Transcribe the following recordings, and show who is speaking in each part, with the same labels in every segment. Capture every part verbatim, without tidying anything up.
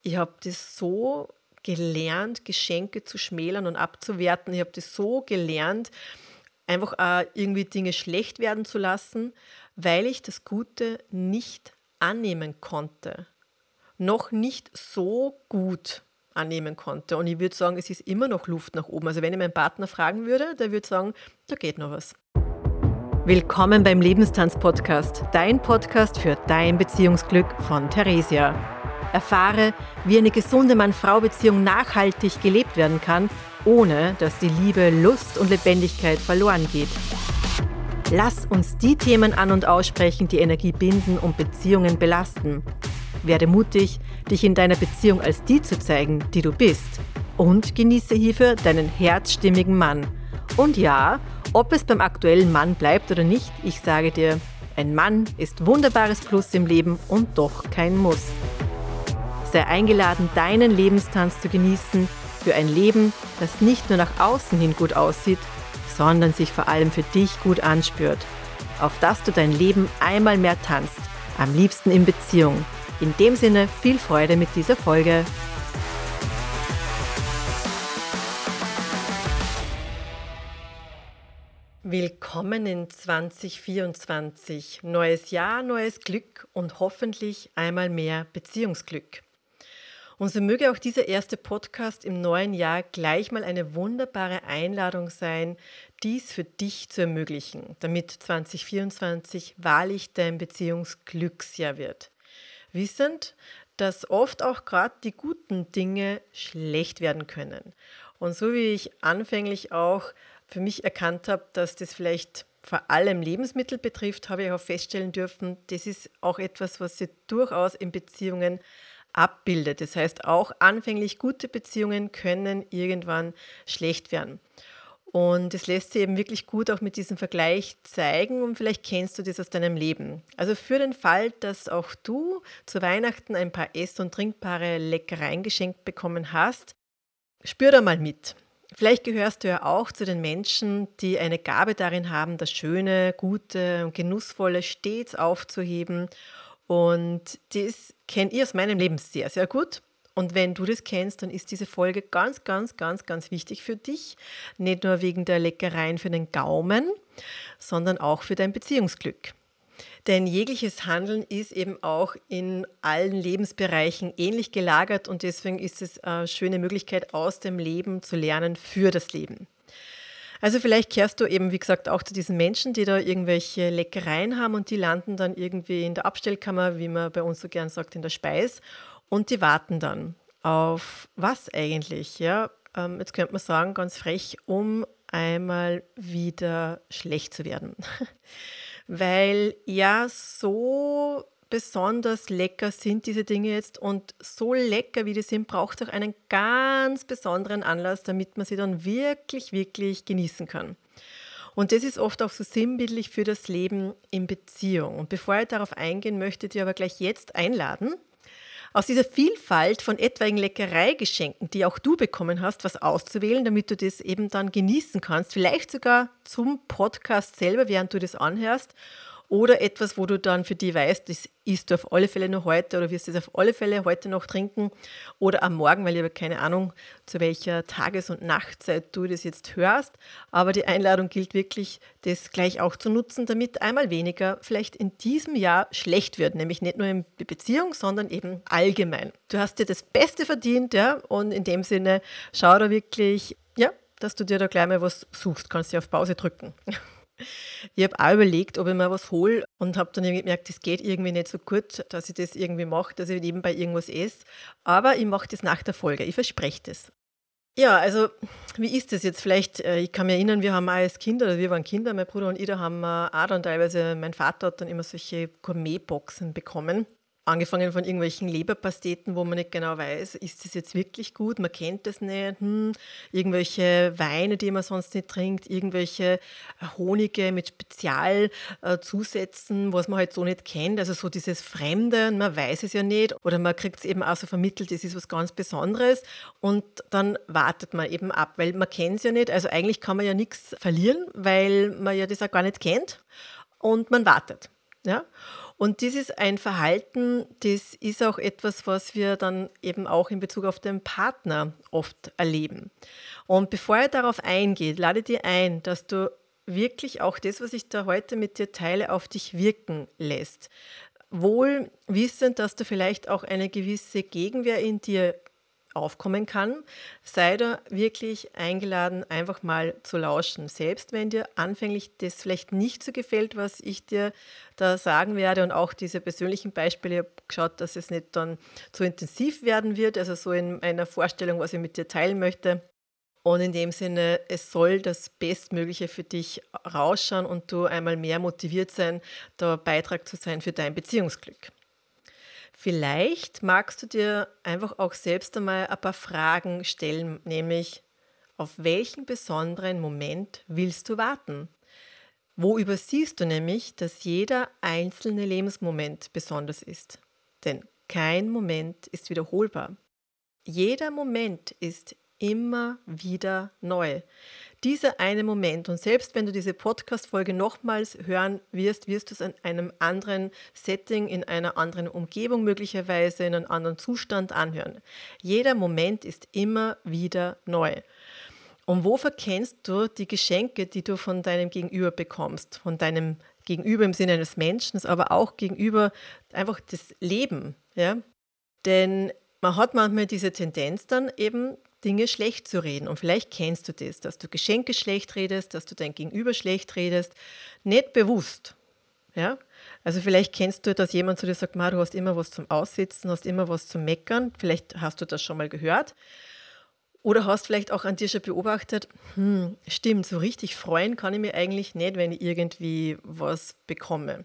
Speaker 1: Ich habe das so gelernt, Geschenke zu schmälern und abzuwerten. Ich habe das so gelernt, einfach auch irgendwie Dinge schlecht werden zu lassen, weil ich das Gute nicht annehmen konnte. Noch nicht so gut annehmen konnte. Und ich würde sagen, es ist immer noch Luft nach oben. Also wenn ich meinen Partner fragen würde, der würde sagen, da geht noch was. Willkommen beim Lebenstanz-Podcast, dein Podcast für dein Beziehungsglück von Theresia. Erfahre, wie eine gesunde Mann-Frau-Beziehung nachhaltig gelebt werden kann, ohne dass die Liebe, Lust und Lebendigkeit verloren geht. Lass uns die Themen an- und aussprechen, die Energie binden und Beziehungen belasten. Werde mutig, dich in deiner Beziehung als die zu zeigen, die du bist. Und genieße hierfür deinen herzstimmigen Mann. Und ja, ob es beim aktuellen Mann bleibt oder nicht, ich sage dir, ein Mann ist wunderbares Plus im Leben und doch kein Muss. Sei eingeladen, deinen Lebenstanz zu genießen für ein Leben, das nicht nur nach außen hin gut aussieht, sondern sich vor allem für dich gut anspürt. Auf dass du dein Leben einmal mehr tanzt, am liebsten in Beziehung. In dem Sinne, viel Freude mit dieser Folge. Willkommen in zwanzig vierundzwanzig. Neues Jahr, neues Glück und hoffentlich einmal mehr Beziehungsglück. Und so möge auch dieser erste Podcast im neuen Jahr gleich mal eine wunderbare Einladung sein, dies für dich zu ermöglichen, damit zwanzig vierundzwanzig wahrlich dein Beziehungsglücksjahr wird. Wissend, dass oft auch gerade die guten Dinge schlecht werden können. Und so wie ich anfänglich auch für mich erkannt habe, dass das vielleicht vor allem Lebensmittel betrifft, habe ich auch feststellen dürfen, das ist auch etwas, was sich durchaus in Beziehungen abbildet. Das heißt, auch anfänglich gute Beziehungen können irgendwann schlecht werden. Und das lässt sich eben wirklich gut auch mit diesem Vergleich zeigen und vielleicht kennst du das aus deinem Leben. Also für den Fall, dass auch du zu Weihnachten ein paar ess- und trinkbare Leckereien geschenkt bekommen hast, spür da mal mit. Vielleicht gehörst du ja auch zu den Menschen, die eine Gabe darin haben, das Schöne, Gute und Genussvolle stets aufzuheben. Und das kennt ihr aus meinem Leben sehr, sehr gut. Und wenn du das kennst, dann ist diese Folge ganz, ganz, ganz, ganz wichtig für dich. Nicht nur wegen der Leckereien für den Gaumen, sondern auch für dein Beziehungsglück. Denn jegliches Handeln ist eben auch in allen Lebensbereichen ähnlich gelagert und deswegen ist es eine schöne Möglichkeit, aus dem Leben zu lernen für das Leben. Also vielleicht kehrst du eben, wie gesagt, auch zu diesen Menschen, die da irgendwelche Leckereien haben und die landen dann irgendwie in der Abstellkammer, wie man bei uns so gern sagt, in der Speis und die warten dann auf was eigentlich? Ja, ähm, jetzt könnte man sagen, ganz frech, um einmal wieder schlecht zu werden. Weil ja, so besonders lecker sind diese Dinge jetzt und so lecker wie die sind, braucht es auch einen ganz besonderen Anlass, damit man sie dann wirklich, wirklich genießen kann. Und das ist oft auch so sinnbildlich für das Leben in Beziehung. Und bevor ich darauf eingehen möchte, ich dich aber gleich jetzt einladen, aus dieser Vielfalt von etwaigen Leckereigeschenken, die auch du bekommen hast, was auszuwählen, damit du das eben dann genießen kannst. Vielleicht sogar zum Podcast selber, während du das anhörst. Oder etwas, wo du dann für dich weißt, das isst du auf alle Fälle noch heute oder wirst du es auf alle Fälle heute noch trinken oder am Morgen, weil ich habe keine Ahnung, zu welcher Tages- und Nachtzeit du das jetzt hörst. Aber die Einladung gilt wirklich, das gleich auch zu nutzen, damit einmal weniger vielleicht in diesem Jahr schlecht wird. Nämlich nicht nur in der Beziehung, sondern eben allgemein. Du hast dir das Beste verdient, ja, und in dem Sinne schau da wirklich, ja, dass du dir da gleich mal was suchst. Kannst du auf Pause drücken. Ich habe auch überlegt, ob ich mir was hole und habe dann irgendwie gemerkt, das geht irgendwie nicht so gut, dass ich das irgendwie mache, dass ich nebenbei irgendwas esse. Aber ich mache das nach der Folge, ich verspreche das. Ja, also wie ist das jetzt? Vielleicht, äh, ich kann mich erinnern, wir haben auch als Kinder, oder wir waren Kinder, mein Bruder und ich, da haben wir auch dann teilweise, mein Vater hat dann immer solche Gourmetboxen bekommen. Angefangen von irgendwelchen Leberpasteten, wo man nicht genau weiß, ist das jetzt wirklich gut, man kennt das nicht, hm, irgendwelche Weine, die man sonst nicht trinkt, irgendwelche Honige mit Spezialzusätzen, was man halt so nicht kennt, also so dieses Fremde, man weiß es ja nicht oder man kriegt es eben auch so vermittelt, das ist was ganz Besonderes und dann wartet man eben ab, weil man kennt es ja nicht, also eigentlich kann man ja nichts verlieren, weil man ja das auch gar nicht kennt und man wartet, ja. Und das ist ein Verhalten, das ist auch etwas, was wir dann eben auch in Bezug auf den Partner oft erleben. Und bevor ich darauf eingehe, lade dir ein, dass du wirklich auch das, was ich da heute mit dir teile, auf dich wirken lässt. Wohl wissend, dass da vielleicht auch eine gewisse Gegenwehr in dir aufkommen kann, sei da wirklich eingeladen, einfach mal zu lauschen. Selbst wenn dir anfänglich das vielleicht nicht so gefällt, was ich dir da sagen werde und auch diese persönlichen Beispiele, ich habe geschaut, dass es nicht dann zu intensiv werden wird, also so in einer Vorstellung, was ich mit dir teilen möchte. Und in dem Sinne, es soll das Bestmögliche für dich rausschauen und du einmal mehr motiviert sein, da Beitrag zu sein für dein Beziehungsglück. Vielleicht magst du dir einfach auch selbst einmal ein paar Fragen stellen, nämlich auf welchen besonderen Moment willst du warten? Wo übersiehst du nämlich, dass jeder einzelne Lebensmoment besonders ist? Denn kein Moment ist wiederholbar. Jeder Moment ist immer wieder neu. Dieser eine Moment, und selbst wenn du diese Podcast-Folge nochmals hören wirst, wirst du es in einem anderen Setting, in einer anderen Umgebung möglicherweise, in einem anderen Zustand anhören. Jeder Moment ist immer wieder neu. Und wo verkennst du die Geschenke, die du von deinem Gegenüber bekommst? Von deinem Gegenüber im Sinne eines Menschen, aber auch gegenüber einfach das Leben. Ja? Denn man hat manchmal diese Tendenz dann eben, Dinge schlecht zu reden. Und vielleicht kennst du das, dass du Geschenke schlecht redest, dass du dein Gegenüber schlecht redest, nicht bewusst. Ja? Also vielleicht kennst du, dass jemand zu dir sagt, Ma, du hast immer was zum Aussitzen, hast immer was zum Meckern. Vielleicht hast du das schon mal gehört. Oder hast vielleicht auch an dir schon beobachtet, hm, stimmt, so richtig freuen kann ich mich eigentlich nicht, wenn ich irgendwie was bekomme.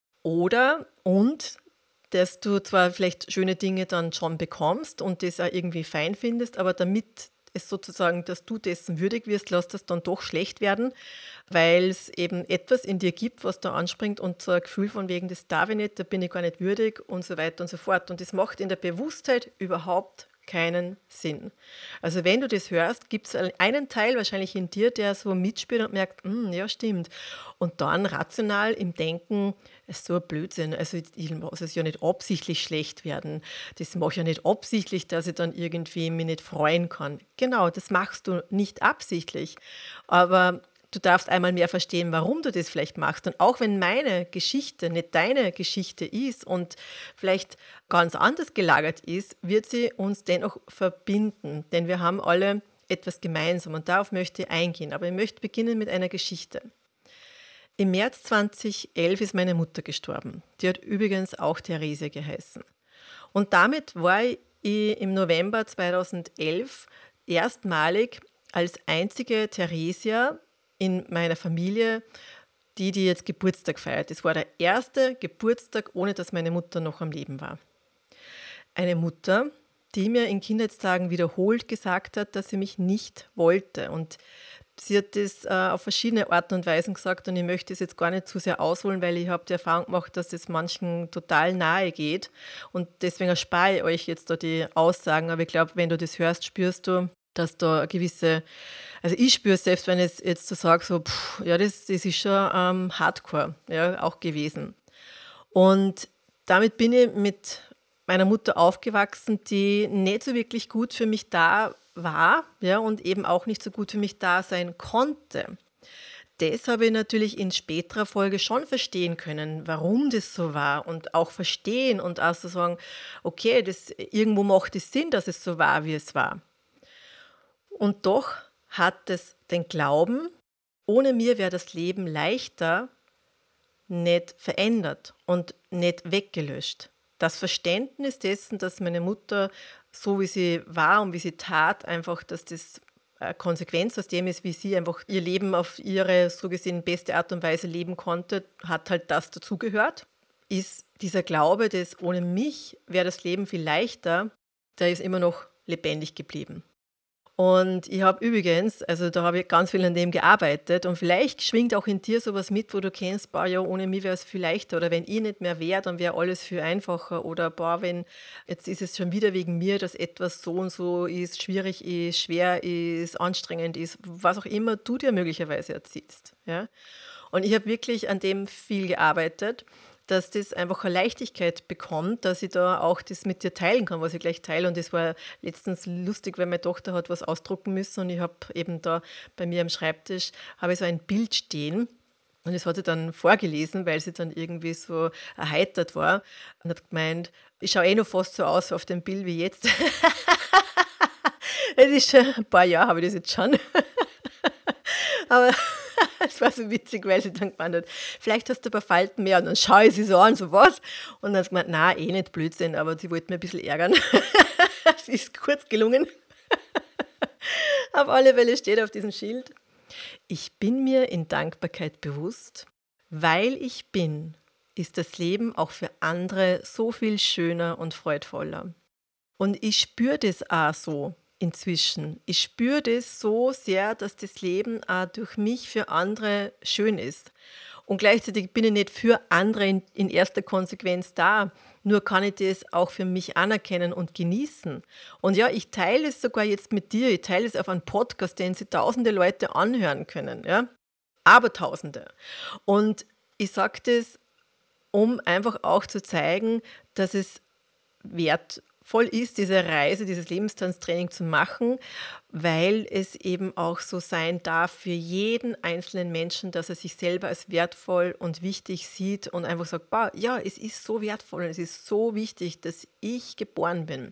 Speaker 1: Oder, und dass du zwar vielleicht schöne Dinge dann schon bekommst und das auch irgendwie fein findest, aber damit es sozusagen, dass du dessen würdig wirst, lass das dann doch schlecht werden, weil es eben etwas in dir gibt, was da anspringt und so ein Gefühl von wegen, das darf ich nicht, da bin ich gar nicht würdig und so weiter und so fort. Und das macht in der Bewusstheit überhaupt keinen Sinn. Also wenn du das hörst, gibt es einen Teil wahrscheinlich in dir, der so mitspielt und merkt, "Hm, ja stimmt." Und dann rational im Denken, es ist so ein Blödsinn, also ich muss es ja nicht absichtlich schlecht werden. Das mache ich ja nicht absichtlich, dass ich dann irgendwie mich nicht freuen kann. Genau, das machst du nicht absichtlich. Aber du darfst einmal mehr verstehen, warum du das vielleicht machst. Und auch wenn meine Geschichte nicht deine Geschichte ist und vielleicht ganz anders gelagert ist, wird sie uns dennoch verbinden. Denn wir haben alle etwas gemeinsam und darauf möchte ich eingehen. Aber ich möchte beginnen mit einer Geschichte. Im März zweitausendelf ist meine Mutter gestorben. Die hat übrigens auch Therese geheißen. Und damit war ich im November zweitausendelf erstmalig als einzige Theresia in meiner Familie, die, die jetzt Geburtstag feiert. Das war der erste Geburtstag, ohne dass meine Mutter noch am Leben war. Eine Mutter, die mir in Kindheitstagen wiederholt gesagt hat, dass sie mich nicht wollte. Und sie hat das äh, auf verschiedene Arten und Weisen gesagt und ich möchte es jetzt gar nicht zu sehr ausholen, weil ich habe die Erfahrung gemacht, dass es manchen total nahe geht und deswegen erspare ich euch jetzt da die Aussagen, aber ich glaube, wenn du das hörst, spürst du, dass da eine gewisse, also ich spüre es selbst, wenn ich jetzt so sage, so, pff, ja, das, das ist schon ähm, Hardcore, ja, auch gewesen. Und damit bin ich mit meiner Mutter aufgewachsen, die nicht so wirklich gut für mich da war, ja, und eben auch nicht so gut für mich da sein konnte. Das habe ich natürlich in späterer Folge schon verstehen können, warum das so war und auch verstehen und auch so sagen, okay, das, irgendwo macht es Sinn, dass es so war, wie es war. Und doch hat es den Glauben, ohne mir wäre das Leben leichter, nicht verändert und nicht weggelöscht. Das Verständnis dessen, dass meine Mutter so wie sie war und wie sie tat, einfach, dass das eine Konsequenz aus dem ist, wie sie einfach ihr Leben auf ihre so gesehen beste Art und Weise leben konnte, hat halt das dazugehört. Ist dieser Glaube, dass ohne mich wäre das Leben viel leichter, der ist immer noch lebendig geblieben. Und ich habe übrigens, also da habe ich ganz viel an dem gearbeitet und vielleicht schwingt auch in dir sowas mit, wo du kennst, boah, ja, ohne mich wäre es viel leichter oder wenn ich nicht mehr wäre, dann wäre alles viel einfacher oder boah, wenn, jetzt ist es schon wieder wegen mir, dass etwas so und so ist, schwierig ist, schwer ist, anstrengend ist, was auch immer du dir möglicherweise erzählst. Ja? Und ich habe wirklich an dem viel gearbeitet dass das einfach eine Leichtigkeit bekommt, dass ich da auch das mit dir teilen kann, was ich gleich teile. Und das war letztens lustig, weil meine Tochter hat was ausdrucken müssen und ich habe eben da bei mir am Schreibtisch habe ich so ein Bild stehen. Und das hat sie dann vorgelesen, weil sie dann irgendwie so erheitert war und hat gemeint, ich schaue eh noch fast so aus auf dem Bild wie jetzt. Es ist schon ein paar Jahre, habe ich das jetzt schon. Aber es war so witzig, weil sie dann gemeint hat, vielleicht hast du ein paar Falten mehr. Und dann schaue ich sie so an, so was. Und dann hat sie gemeint, nein, eh nicht Blödsinn, aber sie wollte mir ein bisschen ärgern. Es ist kurz gelungen. Auf alle Fälle steht auf diesem Schild, ich bin mir in Dankbarkeit bewusst, weil ich bin, ist das Leben auch für andere so viel schöner und freudvoller. Und ich spüre das auch so inzwischen. Ich spüre das so sehr, dass das Leben auch durch mich für andere schön ist. Und gleichzeitig bin ich nicht für andere in, in erster Konsequenz da. Nur kann ich das auch für mich anerkennen und genießen. Und ja, ich teile es sogar jetzt mit dir. Ich teile es auf einen Podcast, den sich tausende Leute anhören können. Ja? Aber tausende. Und ich sage das, um einfach auch zu zeigen, dass es wertvoll ist, diese Reise, dieses Lebenstanztraining zu machen, weil es eben auch so sein darf für jeden einzelnen Menschen, dass er sich selber als wertvoll und wichtig sieht und einfach sagt, boah, ja, es ist so wertvoll und es ist so wichtig, dass ich geboren bin.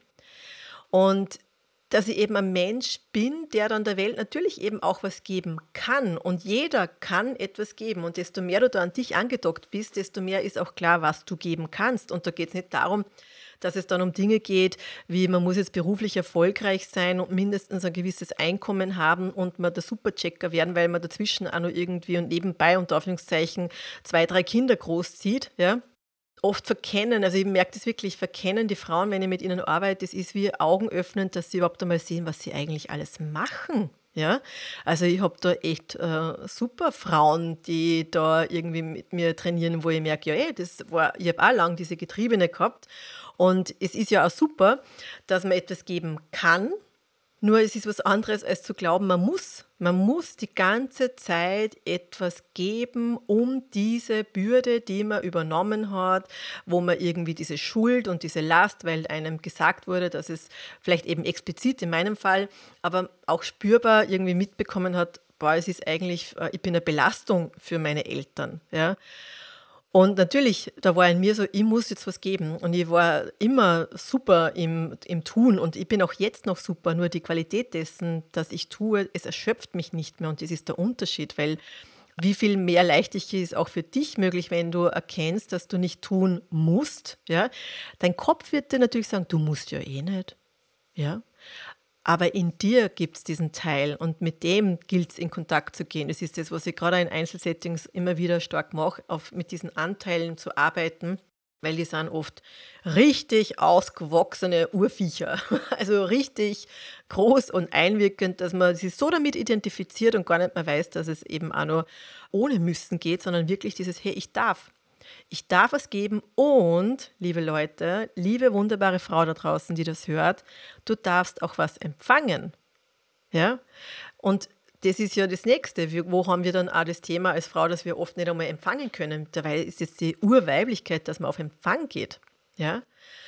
Speaker 1: Und dass ich eben ein Mensch bin, der dann der Welt natürlich eben auch was geben kann. Und jeder kann etwas geben. Und desto mehr du da an dich angedockt bist, desto mehr ist auch klar, was du geben kannst. Und da geht es nicht darum, dass es dann um Dinge geht, wie man muss jetzt beruflich erfolgreich sein und mindestens ein gewisses Einkommen haben und man der Superchecker werden, weil man dazwischen auch noch irgendwie und nebenbei unter Anführungszeichen zwei, drei Kinder großzieht, ja. Oft verkennen, also ich merke das wirklich, verkennen die Frauen, wenn ich mit ihnen arbeite, das ist wie Augen öffnen, dass sie überhaupt einmal sehen, was sie eigentlich alles machen. Ja, also ich habe da echt äh, super Frauen, die da irgendwie mit mir trainieren, wo ich merke, ja, ey, das war, ich habe auch lange diese Getriebene gehabt und es ist ja auch super, dass man etwas geben kann, nur es ist was anderes, als zu glauben, man muss. Man muss die ganze Zeit etwas geben, um diese Bürde, die man übernommen hat, wo man irgendwie diese Schuld und diese Last, weil einem gesagt wurde, dass es vielleicht eben explizit in meinem Fall, aber auch spürbar irgendwie mitbekommen hat, boah, es ist eigentlich, äh, ich bin eine Belastung für meine Eltern. Ja. Und natürlich, da war in mir so, ich muss jetzt was geben. Und ich war immer super im, im Tun und ich bin auch jetzt noch super. Nur die Qualität dessen, dass ich tue, es erschöpft mich nicht mehr. Und das ist der Unterschied, weil wie viel mehr Leichtigkeit ist auch für dich möglich, wenn du erkennst, dass du nicht tun musst. Ja? Dein Kopf wird dir natürlich sagen, du musst ja eh nicht. Ja? Aber in dir gibt es diesen Teil und mit dem gilt es in Kontakt zu gehen. Das ist das, was ich gerade in Einzelsettings immer wieder stark mache, auf, mit diesen Anteilen zu arbeiten, weil die sind oft richtig ausgewachsene Urviecher. Also richtig groß und einwirkend, dass man sich so damit identifiziert und gar nicht mehr weiß, dass es eben auch nur ohne Müssen geht, sondern wirklich dieses, hey, ich darf. Ich darf was geben und, liebe Leute, liebe wunderbare Frau da draußen, die das hört, du darfst auch was empfangen. Ja? Und das ist ja das Nächste. Wir, wo haben wir dann auch das Thema als Frau, dass wir oft nicht einmal empfangen können? Dabei ist es die Urweiblichkeit, dass man auf Empfang geht. Ja?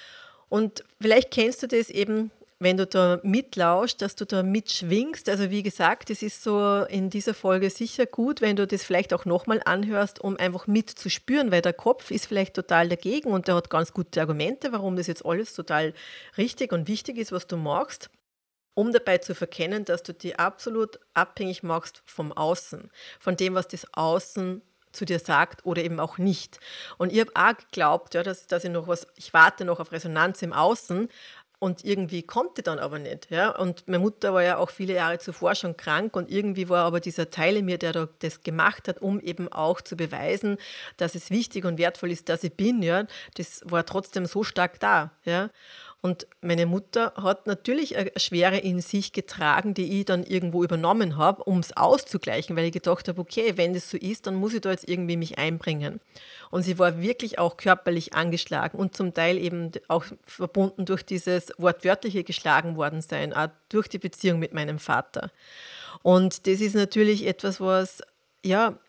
Speaker 1: Und vielleicht kennst du das eben, wenn du da mitlauschst, dass du da mitschwingst. Also wie gesagt, es ist so in dieser Folge sicher gut, wenn du das vielleicht auch nochmal anhörst, um einfach mitzuspüren, weil der Kopf ist vielleicht total dagegen und der hat ganz gute Argumente, warum das jetzt alles total richtig und wichtig ist, was du machst, um dabei zu verkennen, dass du dich absolut abhängig machst vom Außen, von dem, was das Außen zu dir sagt oder eben auch nicht. Und ich habe auch geglaubt, ja, dass, dass ich noch was, ich warte noch auf Resonanz im Außen, und irgendwie kommt die dann aber nicht. Ja? Und meine Mutter war ja auch viele Jahre zuvor schon krank und irgendwie war aber dieser Teil in mir, der da das gemacht hat, um eben auch zu beweisen, dass es wichtig und wertvoll ist, dass ich bin. Ja? Das war trotzdem so stark da. Ja? Und meine Mutter hat natürlich eine Schwere in sich getragen, die ich dann irgendwo übernommen habe, um es auszugleichen, weil ich gedacht habe, okay, wenn das so ist, dann muss ich da jetzt irgendwie mich einbringen. Und sie war wirklich auch körperlich angeschlagen und zum Teil eben auch verbunden durch dieses wortwörtliche geschlagen worden sein, auch durch die Beziehung mit meinem Vater. Und das ist natürlich etwas, was, ja,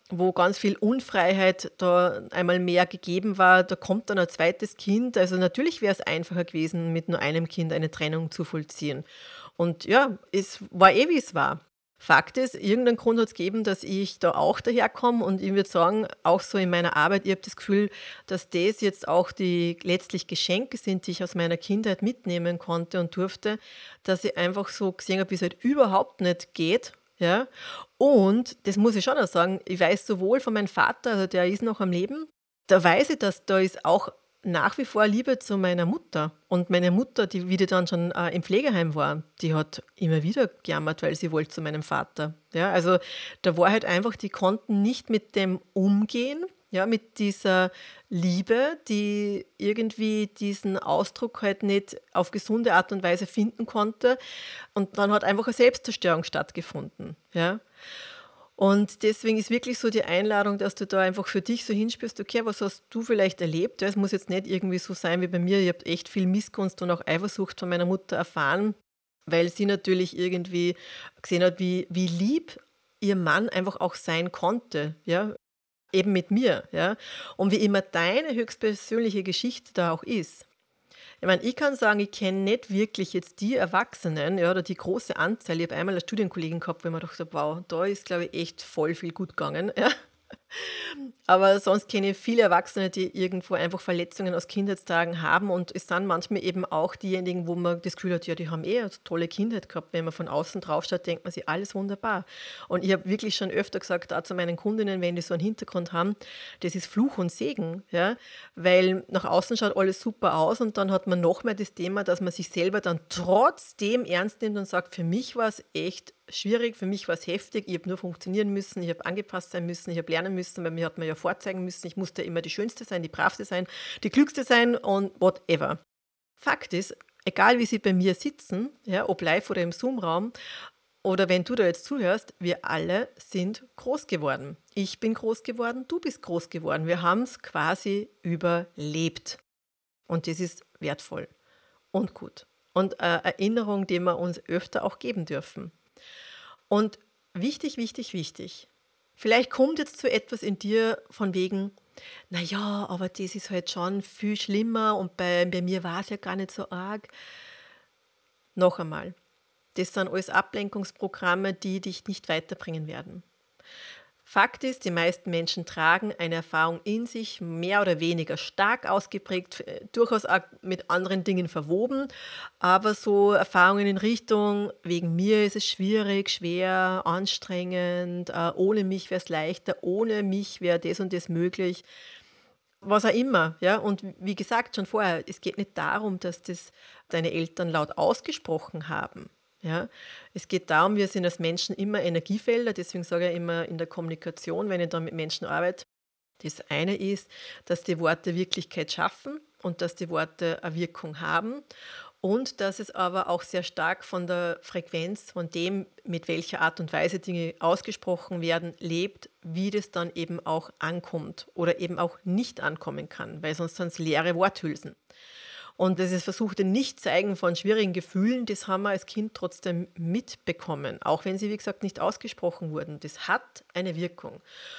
Speaker 1: wo ganz viel Unfreiheit da einmal mehr gegeben war. Da kommt dann ein zweites Kind. Also natürlich wäre es einfacher gewesen, mit nur einem Kind eine Trennung zu vollziehen. Und ja, es war eh, wie es war. Fakt ist, irgendeinen Grund hat es gegeben, dass ich da auch daherkomme und ich würde sagen, auch so in meiner Arbeit, ich habe das Gefühl, dass das jetzt auch die letztlich Geschenke sind, die ich aus meiner Kindheit mitnehmen konnte und durfte, dass ich einfach so gesehen habe, wie es halt überhaupt nicht geht, ja. Und das muss ich schon auch sagen, ich weiß sowohl von meinem Vater, also der ist noch am Leben, da weiß ich, dass da ist auch nach wie vor Liebe zu meiner Mutter. Und meine Mutter, die wieder dann schon äh, im Pflegeheim war, die hat immer wieder gejammert, weil sie wollte zu meinem Vater. Ja, also da war halt einfach, die konnten nicht mit dem umgehen, ja, mit dieser Liebe, die irgendwie diesen Ausdruck halt nicht auf gesunde Art und Weise finden konnte. Und dann hat einfach eine Selbstzerstörung stattgefunden. Ja. Und deswegen ist wirklich so die Einladung, dass du da einfach für dich so hinspürst, okay, was hast du vielleicht erlebt? Ja, es muss jetzt nicht irgendwie so sein wie bei mir. Ich habe echt viel Missgunst und auch Eifersucht von meiner Mutter erfahren, weil sie natürlich irgendwie gesehen hat, wie, wie lieb ihr Mann einfach auch sein konnte, ja, eben mit mir, ja. Und wie immer deine höchstpersönliche Geschichte da auch ist. Ich meine, ich kann sagen, ich kenne nicht wirklich jetzt die Erwachsenen, ja, oder die große Anzahl. Ich habe einmal eine Studienkollegin gehabt, wo ich mir gedacht habe, wow, da ist, glaube ich, echt voll viel gut gegangen. Ja. Aber sonst kenne ich viele Erwachsene, die irgendwo einfach Verletzungen aus Kindheitstagen haben und es sind manchmal eben auch diejenigen, wo man das Gefühl hat, ja, die haben eh eine tolle Kindheit gehabt. Wenn man von außen drauf schaut, denkt man sich, alles wunderbar. Und ich habe wirklich schon öfter gesagt, auch zu meinen Kundinnen, wenn die so einen Hintergrund haben, das ist Fluch und Segen, ja, weil nach außen schaut alles super aus und dann hat man noch mehr das Thema, dass man sich selber dann trotzdem ernst nimmt und sagt, für mich war es echt schwierig, für mich war es heftig, ich habe nur funktionieren müssen, ich habe angepasst sein müssen, ich habe lernen müssen, weil mir hat man ja vorzeigen müssen, ich musste immer die Schönste sein, die Bravste sein, die Klügste sein und whatever. Fakt ist, egal wie sie bei mir sitzen, ja, ob live oder im Zoom-Raum, oder wenn du da jetzt zuhörst, wir alle sind groß geworden. Ich bin groß geworden, du bist groß geworden. Wir haben es quasi überlebt. Und das ist wertvoll und gut. Und eine Erinnerung, die wir uns öfter auch geben dürfen. Und wichtig, wichtig, wichtig. Vielleicht kommt jetzt so etwas in dir von wegen, naja, aber das ist halt schon viel schlimmer und bei, bei mir war es ja gar nicht so arg. Noch einmal, das sind alles Ablenkungsprogramme, die dich nicht weiterbringen werden. Fakt ist, die meisten Menschen tragen eine Erfahrung in sich, mehr oder weniger stark ausgeprägt, äh, durchaus auch mit anderen Dingen verwoben, aber so Erfahrungen in Richtung, wegen mir ist es schwierig, schwer, anstrengend, äh, ohne mich wäre es leichter, ohne mich wäre das und das möglich, was auch immer. Ja? Und wie gesagt, schon vorher, es geht nicht darum, dass das deine Eltern laut ausgesprochen haben. Ja, es geht darum, wir sind als Menschen immer Energiefelder, deswegen sage ich immer in der Kommunikation, wenn ich da mit Menschen arbeite, das eine ist, dass die Worte Wirklichkeit schaffen und dass die Worte eine Wirkung haben und dass es aber auch sehr stark von der Frequenz, von dem, mit welcher Art und Weise Dinge ausgesprochen werden, lebt, wie das dann eben auch ankommt oder eben auch nicht ankommen kann, weil sonst sind es leere Worthülsen. Und das ist versuchte Nicht-Zeigen von schwierigen Gefühlen, das haben wir als Kind trotzdem mitbekommen, auch wenn sie, wie gesagt, nicht ausgesprochen wurden. Das hat eine Wirkung.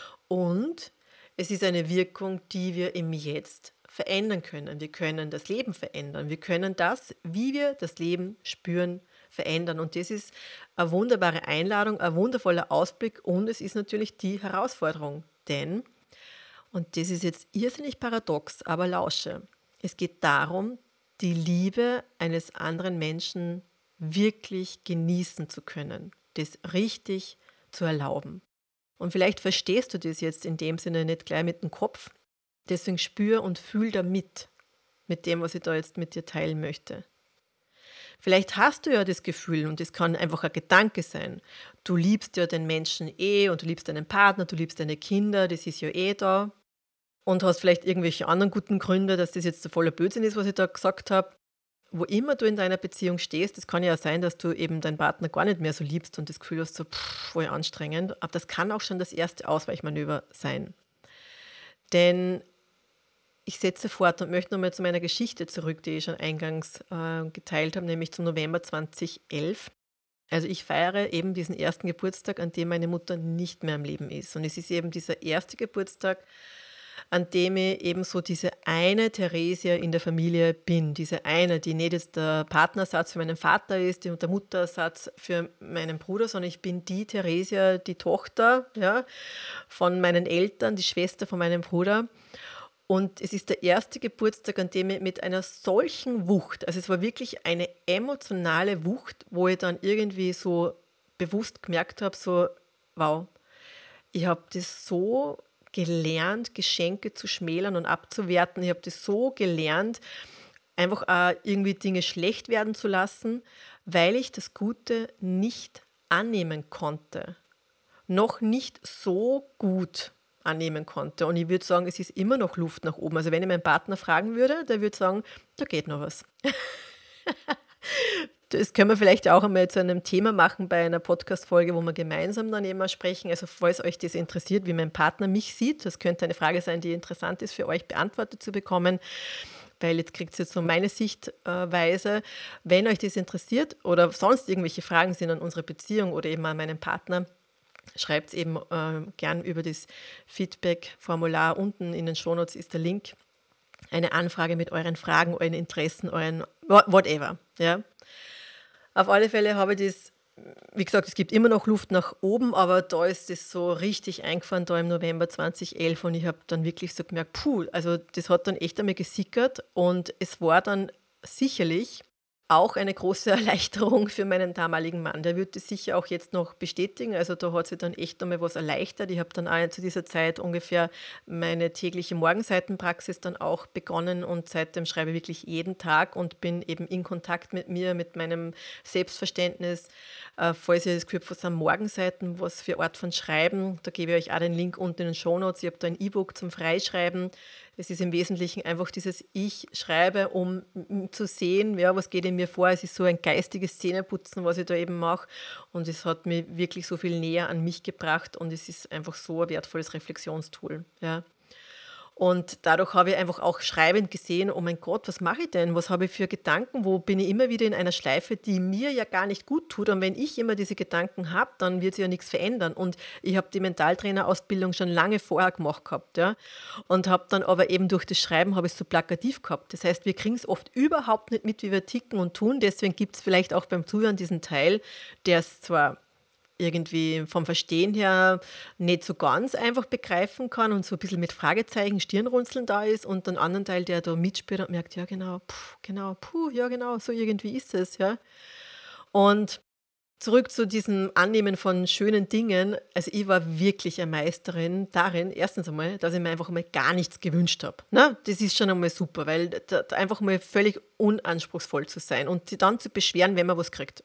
Speaker 1: Und es ist eine Wirkung, die wir im Jetzt verändern können. Wir können das Leben verändern. Wir können das, wie wir das Leben spüren, verändern. Und das ist eine wunderbare Einladung, ein wundervoller Ausblick und es ist natürlich die Herausforderung. Denn, und das ist jetzt irrsinnig paradox, aber lausche, es geht darum, die Liebe eines anderen Menschen wirklich genießen zu können, das richtig zu erlauben. Und vielleicht verstehst du das jetzt in dem Sinne nicht gleich mit dem Kopf, deswegen spür und fühl da mit, mit dem, was ich da jetzt mit dir teilen möchte. Vielleicht hast du ja das Gefühl, und das kann einfach ein Gedanke sein, du liebst ja den Menschen eh und du liebst deinen Partner, du liebst deine Kinder, das ist ja eh da und hast vielleicht irgendwelche anderen guten Gründe, dass das jetzt der voller Blödsinn ist, was ich da gesagt habe. Wo immer du in deiner Beziehung stehst, das kann ja sein, dass du eben deinen Partner gar nicht mehr so liebst und das Gefühl hast, so pff, voll anstrengend. Aber das kann auch schon das erste Ausweichmanöver sein. Denn ich setze fort und möchte nochmal zu meiner Geschichte zurück, die ich schon eingangs äh, geteilt habe, nämlich zum November zweitausendelf. Also ich feiere eben diesen ersten Geburtstag, an dem meine Mutter nicht mehr am Leben ist. Und es ist eben dieser erste Geburtstag, an dem ich eben so diese eine Theresia in der Familie bin. Diese eine, die nicht jetzt der Partnersatz für meinen Vater ist die- und der Muttersatz für meinen Bruder, sondern ich bin die Theresia, die Tochter, ja, von meinen Eltern, die Schwester von meinem Bruder. Und es ist der erste Geburtstag, an dem ich mit einer solchen Wucht, also es war wirklich eine emotionale Wucht, wo ich dann irgendwie so bewusst gemerkt habe, so, wow, ich habe das so gelernt, Geschenke zu schmälern und abzuwerten. Ich habe das so gelernt, einfach auch irgendwie Dinge schlecht werden zu lassen, weil ich das Gute nicht annehmen konnte. Noch nicht so gut annehmen konnte. Und ich würde sagen, es ist immer noch Luft nach oben. Also wenn ich meinen Partner fragen würde, der würde sagen, da geht noch was. Das können wir vielleicht auch einmal zu einem Thema machen bei einer Podcast-Folge, wo wir gemeinsam dann eben mal sprechen. Also falls euch das interessiert, wie mein Partner mich sieht, das könnte eine Frage sein, die interessant ist für euch beantwortet zu bekommen, weil jetzt kriegt ihr jetzt so meine Sichtweise. Wenn euch das interessiert oder sonst irgendwelche Fragen sind an unsere Beziehung oder eben an meinen Partner, schreibt es eben äh, gern über das Feedback-Formular. Unten in den Shownotes ist der Link. Eine Anfrage mit euren Fragen, euren Interessen, euren whatever. Ja. Auf alle Fälle habe ich das, wie gesagt, es gibt immer noch Luft nach oben, aber da ist es so richtig eingefahren, da im November zweitausendelf und ich habe dann wirklich so gemerkt, puh, also das hat dann echt einmal gesickert und es war dann sicherlich auch eine große Erleichterung für meinen damaligen Mann. Der wird das sicher auch jetzt noch bestätigen. Also da hat sich dann echt einmal was erleichtert. Ich habe dann auch zu dieser Zeit ungefähr meine tägliche Morgenseitenpraxis dann auch begonnen und seitdem schreibe ich wirklich jeden Tag und bin eben in Kontakt mit mir, mit meinem Selbstverständnis. Äh, falls ihr das Gefühl habt, was sind Morgenseiten, was für Art von Schreiben, da gebe ich euch auch den Link unten in den Shownotes. Ich habe da ein E-Book zum Freischreiben. Es ist im Wesentlichen einfach dieses Ich schreibe, um m- zu sehen, ja, was geht in mir vor. Es ist so ein geistiges Zähneputzen, was ich da eben mache. Und es hat mich wirklich so viel näher an mich gebracht und es ist einfach so ein wertvolles Reflexionstool. Ja. Und dadurch habe ich einfach auch schreibend gesehen, oh mein Gott, was mache ich denn? Was habe ich für Gedanken? Wo bin ich immer wieder in einer Schleife, die mir ja gar nicht gut tut? Und wenn ich immer diese Gedanken habe, dann wird sich ja nichts verändern. Und ich habe die Mentaltrainerausbildung schon lange vorher gemacht gehabt, ja. Und habe dann aber eben durch das Schreiben habe ich es so plakativ gehabt. Das heißt, wir kriegen es oft überhaupt nicht mit, wie wir ticken und tun. Deswegen gibt es vielleicht auch beim Zuhören diesen Teil, der es zwar irgendwie vom Verstehen her nicht so ganz einfach begreifen kann und so ein bisschen mit Fragezeichen, Stirnrunzeln da ist und den anderen Teil, der da mitspielt und merkt, ja genau, puh, genau, puh, ja genau, so irgendwie ist es, ja. Und zurück zu diesem Annehmen von schönen Dingen. Also ich war wirklich eine Meisterin darin, erstens einmal, dass ich mir einfach mal gar nichts gewünscht habe. Ne? Das ist schon einmal super, weil da, da einfach mal völlig unanspruchsvoll zu sein und sich dann zu beschweren, wenn man was kriegt.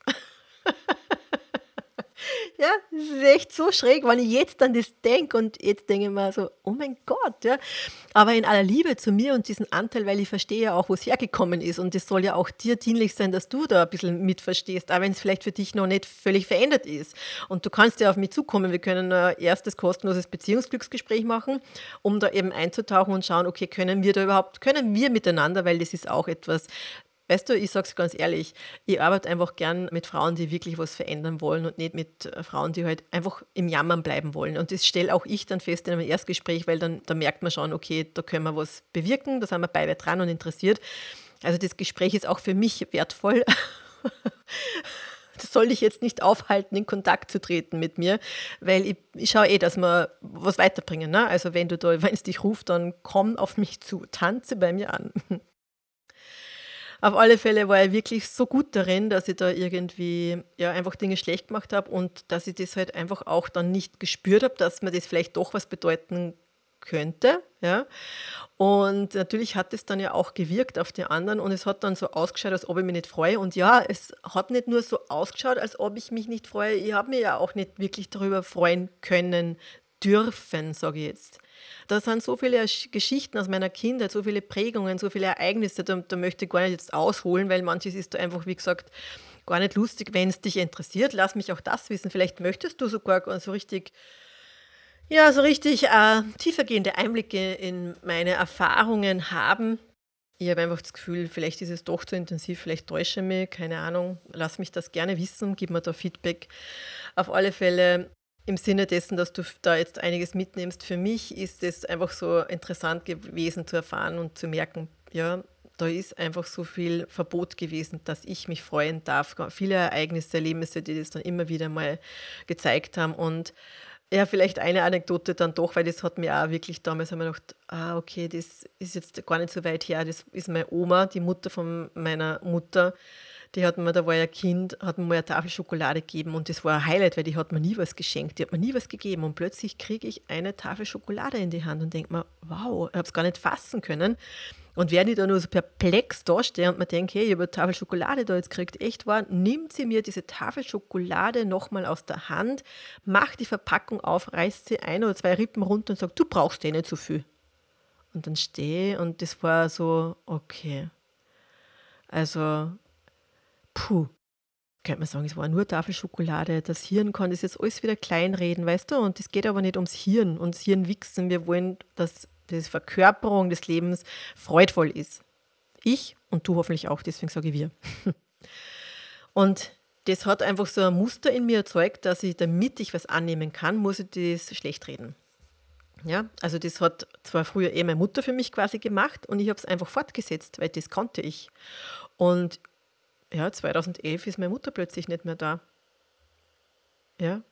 Speaker 1: Ja, das ist echt so schräg, wenn ich jetzt an das denke und jetzt denke ich mir so, oh mein Gott, ja. Aber in aller Liebe zu mir und diesen Anteil, weil ich verstehe ja auch, wo es hergekommen ist und es soll ja auch dir dienlich sein, dass du da ein bisschen mitverstehst, auch wenn es vielleicht für dich noch nicht völlig verändert ist. Und du kannst ja auf mich zukommen, wir können ein erstes kostenloses Beziehungsglücksgespräch machen, um da eben einzutauchen und schauen, okay, können wir da überhaupt, können wir miteinander, weil das ist auch etwas, weißt du, ich sage es ganz ehrlich, ich arbeite einfach gern mit Frauen, die wirklich was verändern wollen und nicht mit äh, Frauen, die halt einfach im Jammern bleiben wollen. Und das stelle auch ich dann fest in einem Erstgespräch, weil dann da merkt man schon, okay, da können wir was bewirken, da sind wir beide dran und interessiert. Also das Gespräch ist auch für mich wertvoll. Das soll dich jetzt nicht aufhalten, in Kontakt zu treten mit mir, weil ich, ich schaue eh, dass wir was weiterbringen. Ne? Also wenn du da, wenn es dich ruft, dann komm auf mich zu, tanze bei mir an. Auf alle Fälle war er wirklich so gut darin, dass ich da irgendwie, ja, einfach Dinge schlecht gemacht habe und dass ich das halt einfach auch dann nicht gespürt habe, dass mir das vielleicht doch was bedeuten könnte, ja. Und natürlich hat es dann ja auch gewirkt auf die anderen und es hat dann so ausgeschaut, als ob ich mich nicht freue. Und ja, es hat nicht nur so ausgeschaut, als ob ich mich nicht freue. Ich habe mich ja auch nicht wirklich darüber freuen können dürfen, sage ich jetzt. Da sind so viele Sch- Geschichten aus meiner Kindheit, so viele Prägungen, so viele Ereignisse, da, da möchte ich gar nicht jetzt ausholen, weil manches ist da einfach, wie gesagt, gar nicht lustig. Wenn es dich interessiert, lass mich auch das wissen. Vielleicht möchtest du sogar so richtig, ja, so richtig äh, tiefergehende Einblicke in meine Erfahrungen haben. Ich habe einfach das Gefühl, vielleicht ist es doch zu intensiv, vielleicht täusche ich mich, keine Ahnung. Lass mich das gerne wissen, gib mir da Feedback. Auf alle Fälle im Sinne dessen, dass du f- da jetzt einiges mitnimmst. Für mich ist es einfach so interessant gewesen zu erfahren und zu merken, ja, da ist einfach so viel Verbot gewesen, dass ich mich freuen darf. Viele Ereignisse, Erlebnisse, die das dann immer wieder mal gezeigt haben. Und ja, vielleicht eine Anekdote dann doch, weil das hat mir auch wirklich damals haben wir gedacht, ah, okay, das ist jetzt gar nicht so weit her. Das ist meine Oma, die Mutter von meiner Mutter. Die hat mir, da war ich ein Kind, hat mir mal eine Tafel Schokolade gegeben und das war ein Highlight, weil die hat mir nie was geschenkt. Die hat mir nie was gegeben und plötzlich kriege ich eine Tafel Schokolade in die Hand und denke mir, wow, ich habe es gar nicht fassen können. Und während ich da nur so perplex dastehe und mir denke, hey, ich habe eine Tafel Schokolade da jetzt gekriegt, echt wahr, nimmt sie mir diese Tafel Schokolade nochmal aus der Hand, macht die Verpackung auf, reißt sie ein oder zwei Rippen runter und sagt, du brauchst eh nicht so viel. Und dann stehe ich und das war so, okay, also, puh, könnte man sagen, es war nur Tafel Schokolade. Das Hirn kann das jetzt alles wieder kleinreden, weißt du? Und es geht aber nicht ums Hirn, ums Hirnwichsen. Wir wollen, dass die Verkörperung des Lebens freudvoll ist. Ich und du hoffentlich auch, deswegen sage ich wir. Und das hat einfach so ein Muster in mir erzeugt, dass ich, damit ich was annehmen kann, muss ich das schlecht reden. Ja, also das hat zwar früher eh meine Mutter für mich quasi gemacht und ich habe es einfach fortgesetzt, weil das konnte ich. Und ja, zweitausendelf ist meine Mutter plötzlich nicht mehr da. Ja,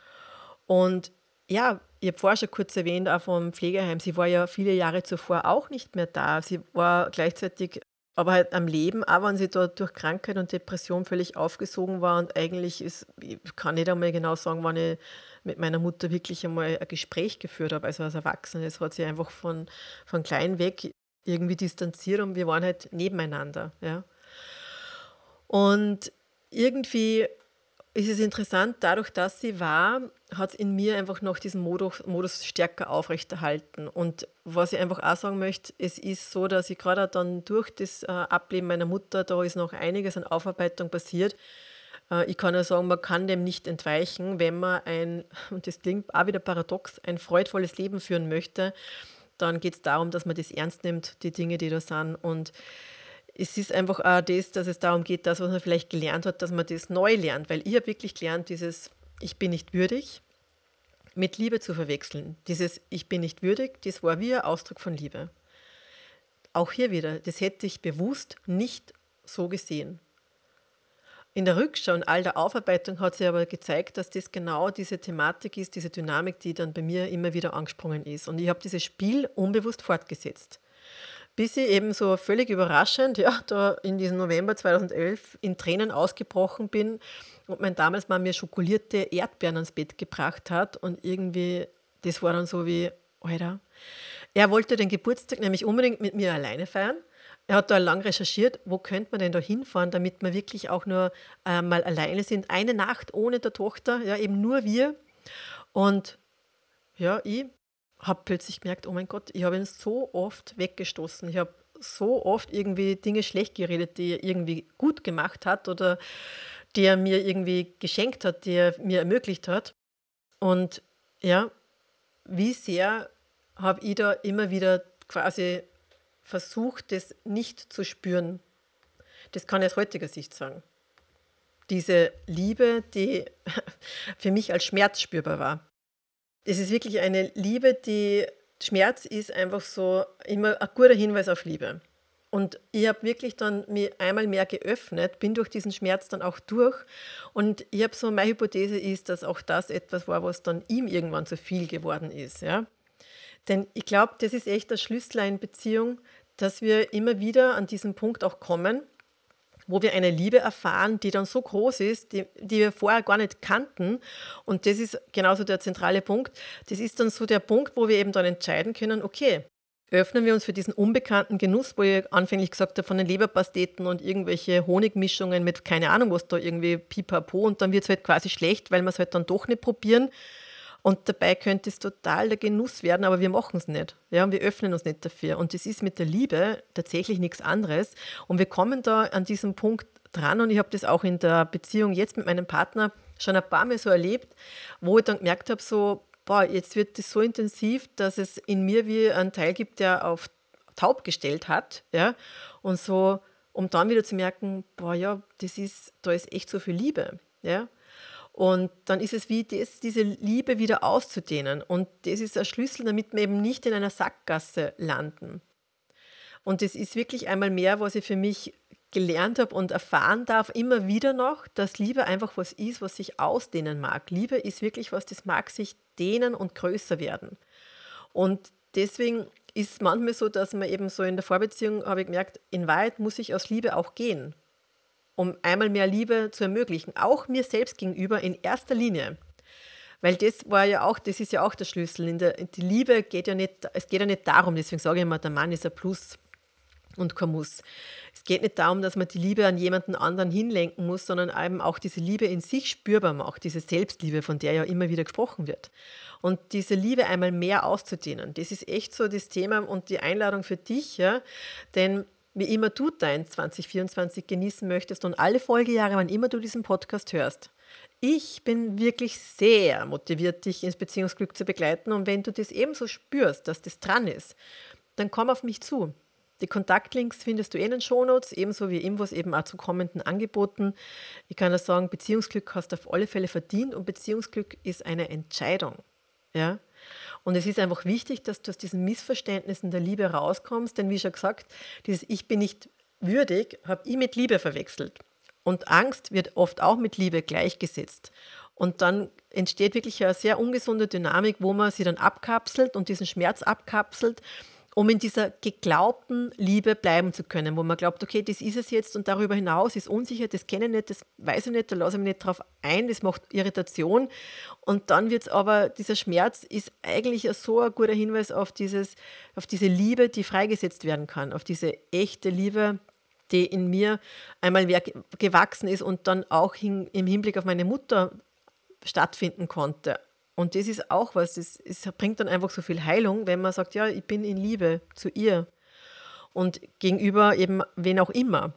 Speaker 1: und ja, ich habe vorher schon kurz erwähnt, auch vom Pflegeheim, sie war ja viele Jahre zuvor auch nicht mehr da. Sie war gleichzeitig aber halt am Leben, auch wenn sie da durch Krankheit und Depression völlig aufgesogen war und eigentlich ist, ich kann nicht einmal genau sagen, wann ich mit meiner Mutter wirklich einmal ein Gespräch geführt habe, also als Erwachsene. Es hat sie einfach von, von klein weg irgendwie distanziert und wir waren halt nebeneinander, ja. Und irgendwie ist es interessant, dadurch, dass sie war, hat es in mir einfach noch diesen Modus, Modus stärker aufrechterhalten. Und was ich einfach auch sagen möchte, es ist so, dass ich gerade dann durch das äh, Ableben meiner Mutter, da ist noch einiges an Aufarbeitung passiert. Äh, ich kann ja sagen, man kann dem nicht entweichen, wenn man ein, und das klingt auch wieder paradox, ein freudvolles Leben führen möchte, dann geht es darum, dass man das ernst nimmt, die Dinge, die da sind. Und es ist einfach auch das, dass es darum geht, das, was man vielleicht gelernt hat, dass man das neu lernt. Weil ich habe wirklich gelernt, dieses Ich bin nicht würdig mit Liebe zu verwechseln. Dieses Ich bin nicht würdig, das war wie ein Ausdruck von Liebe. Auch hier wieder, das hätte ich bewusst nicht so gesehen. In der Rückschau und all der Aufarbeitung hat sich aber gezeigt, dass das genau diese Thematik ist, diese Dynamik, die dann bei mir immer wieder angesprungen ist. Und ich habe dieses Spiel unbewusst fortgesetzt. Bis ich eben so völlig überraschend, ja, da in diesem November zweitausendelf in Tränen ausgebrochen bin und mein damals Mann mir schokolierte Erdbeeren ans Bett gebracht hat und irgendwie, das war dann so wie, Alter, er wollte den Geburtstag nämlich unbedingt mit mir alleine feiern. Er hat da lang recherchiert, wo könnte man denn da hinfahren, damit wir wirklich auch nur äh, mal alleine sind. Eine Nacht ohne der Tochter, ja, eben nur wir. Und ja, ich habe plötzlich gemerkt, oh mein Gott, ich habe ihn so oft weggestoßen. Ich habe so oft irgendwie Dinge schlecht geredet, die er irgendwie gut gemacht hat oder die er mir irgendwie geschenkt hat, die er mir ermöglicht hat. Und ja, wie sehr habe ich da immer wieder quasi versucht, das nicht zu spüren. Das kann ich aus heutiger Sicht sagen. Diese Liebe, die für mich als Schmerz spürbar war. Es ist wirklich eine Liebe, die Schmerz ist einfach so immer ein guter Hinweis auf Liebe. Und ich habe wirklich dann mir einmal mehr geöffnet, bin durch diesen Schmerz dann auch durch. Und ich habe so, meine Hypothese ist, dass auch das etwas war, was dann ihm irgendwann zu viel geworden ist. Ja? Denn ich glaube, das ist echt der Schlüssel in Beziehung, dass wir immer wieder an diesen Punkt auch kommen, wo wir eine Liebe erfahren, die dann so groß ist, die, die wir vorher gar nicht kannten. Und das ist genauso der zentrale Punkt. Das ist dann so der Punkt, wo wir eben dann entscheiden können, okay, öffnen wir uns für diesen unbekannten Genuss, wo ich anfänglich gesagt habe, von den Leberpasteten und irgendwelche Honigmischungen mit keine Ahnung was da irgendwie pipapo und dann wird es halt quasi schlecht, weil wir es halt dann doch nicht probieren. Und dabei könnte es total der Genuss werden, aber wir machen es nicht. Ja, und wir öffnen uns nicht dafür. Und das ist mit der Liebe tatsächlich nichts anderes. Und wir kommen da an diesem Punkt dran und ich habe das auch in der Beziehung jetzt mit meinem Partner schon ein paar Mal so erlebt, wo ich dann gemerkt habe, so, boah, jetzt wird das so intensiv, dass es in mir wie einen Teil gibt, der auf taub gestellt hat, ja, und so, um dann wieder zu merken, boah, ja, das ist, da ist echt so viel Liebe, ja. Und dann ist es wie das, diese Liebe wieder auszudehnen. Und das ist ein Schlüssel, damit wir eben nicht in einer Sackgasse landen. Und das ist wirklich einmal mehr, was ich für mich gelernt habe und erfahren darf, immer wieder noch, dass Liebe einfach was ist, was sich ausdehnen mag. Liebe ist wirklich was, das mag sich dehnen und größer werden. Und deswegen ist es manchmal so, dass man eben so in der Vorbeziehung, habe ich gemerkt, in Wahrheit muss ich aus Liebe auch gehen, um einmal mehr Liebe zu ermöglichen, auch mir selbst gegenüber in erster Linie. Weil das war ja auch, das ist ja auch der Schlüssel. In der, die Liebe geht ja nicht, es geht ja nicht darum, deswegen sage ich immer, der Mann ist ein Plus und kein Muss. Es geht nicht darum, dass man die Liebe an jemanden anderen hinlenken muss, sondern eben auch diese Liebe in sich spürbar macht, diese Selbstliebe, von der ja immer wieder gesprochen wird. Und diese Liebe einmal mehr auszudehnen, das ist echt so das Thema und die Einladung für dich, ja, denn wie immer du dein zwanzig vierundzwanzig genießen möchtest und alle Folgejahre, wann immer du diesen Podcast hörst. Ich bin wirklich sehr motiviert, dich ins Beziehungsglück zu begleiten und wenn du das ebenso spürst, dass das dran ist, dann komm auf mich zu. Die Kontaktlinks findest du eh in den Shownotes, ebenso wie Infos eben auch zu kommenden Angeboten. Ich kann dir sagen, Beziehungsglück hast du auf alle Fälle verdient und Beziehungsglück ist eine Entscheidung. Ja? Und es ist einfach wichtig, dass du aus diesen Missverständnissen der Liebe rauskommst, denn wie schon gesagt, dieses Ich bin nicht würdig, habe ich mit Liebe verwechselt. Und Angst wird oft auch mit Liebe gleichgesetzt. Und dann entsteht wirklich eine sehr ungesunde Dynamik, wo man sie dann abkapselt und diesen Schmerz abkapselt, um in dieser geglaubten Liebe bleiben zu können, wo man glaubt, okay, das ist es jetzt und darüber hinaus ist unsicher, das kenne ich nicht, das weiß ich nicht, da lasse ich mich nicht drauf ein, das macht Irritation und dann wird es aber, dieser Schmerz ist eigentlich so ein guter Hinweis auf, dieses, auf diese Liebe, die freigesetzt werden kann, auf diese echte Liebe, die in mir einmal gewachsen ist und dann auch hin, im Hinblick auf meine Mutter stattfinden konnte. Und das ist auch was, das, es bringt dann einfach so viel Heilung, wenn man sagt, ja, ich bin in Liebe zu ihr und gegenüber eben wen auch immer.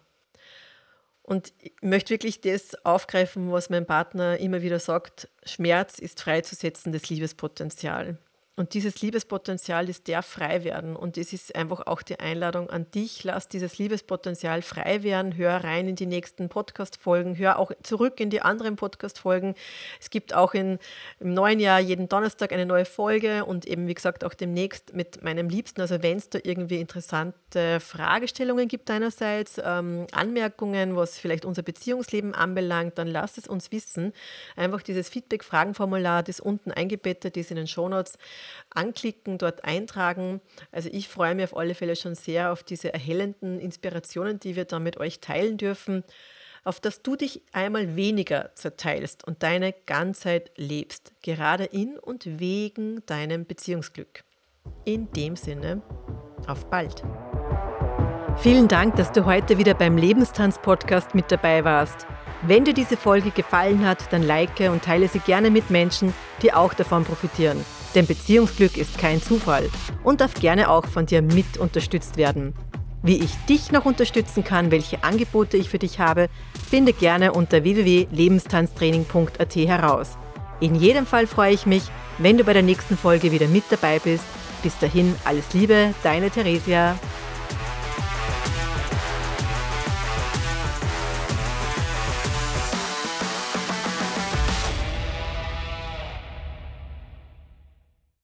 Speaker 1: Und ich möchte wirklich das aufgreifen, was mein Partner immer wieder sagt, Schmerz ist freizusetzendes Liebespotenzial. Und dieses Liebespotenzial, das darf frei werden. Und das ist einfach auch die Einladung an dich. Lass dieses Liebespotenzial frei werden. Hör rein in die nächsten Podcast-Folgen. Hör auch zurück in die anderen Podcast-Folgen. Es gibt auch in, im neuen Jahr jeden Donnerstag eine neue Folge und eben, wie gesagt, auch demnächst mit meinem Liebsten. Also wenn es da irgendwie interessante Fragestellungen gibt deinerseits, ähm, Anmerkungen, was vielleicht unser Beziehungsleben anbelangt, dann lass es uns wissen. Einfach dieses Feedback-Fragenformular, das unten eingebettet ist in den Shownotes, anklicken, dort eintragen. Also ich freue mich auf alle Fälle schon sehr auf diese erhellenden Inspirationen, die wir da mit euch teilen dürfen, auf dass du dich einmal weniger zerteilst und deine Ganzheit lebst, gerade in und wegen deinem Beziehungsglück. In dem Sinne, auf bald. Vielen Dank, dass du heute wieder beim Lebenstanz-Podcast mit dabei warst. Wenn dir diese Folge gefallen hat, dann like und teile sie gerne mit Menschen, die auch davon profitieren. Denn Beziehungsglück ist kein Zufall und darf gerne auch von dir mit unterstützt werden. Wie ich dich noch unterstützen kann, welche Angebote ich für dich habe, finde gerne unter w w w punkt lebenstanztraining punkt a t heraus. In jedem Fall freue ich mich, wenn du bei der nächsten Folge wieder mit dabei bist. Bis dahin alles Liebe, deine Theresia.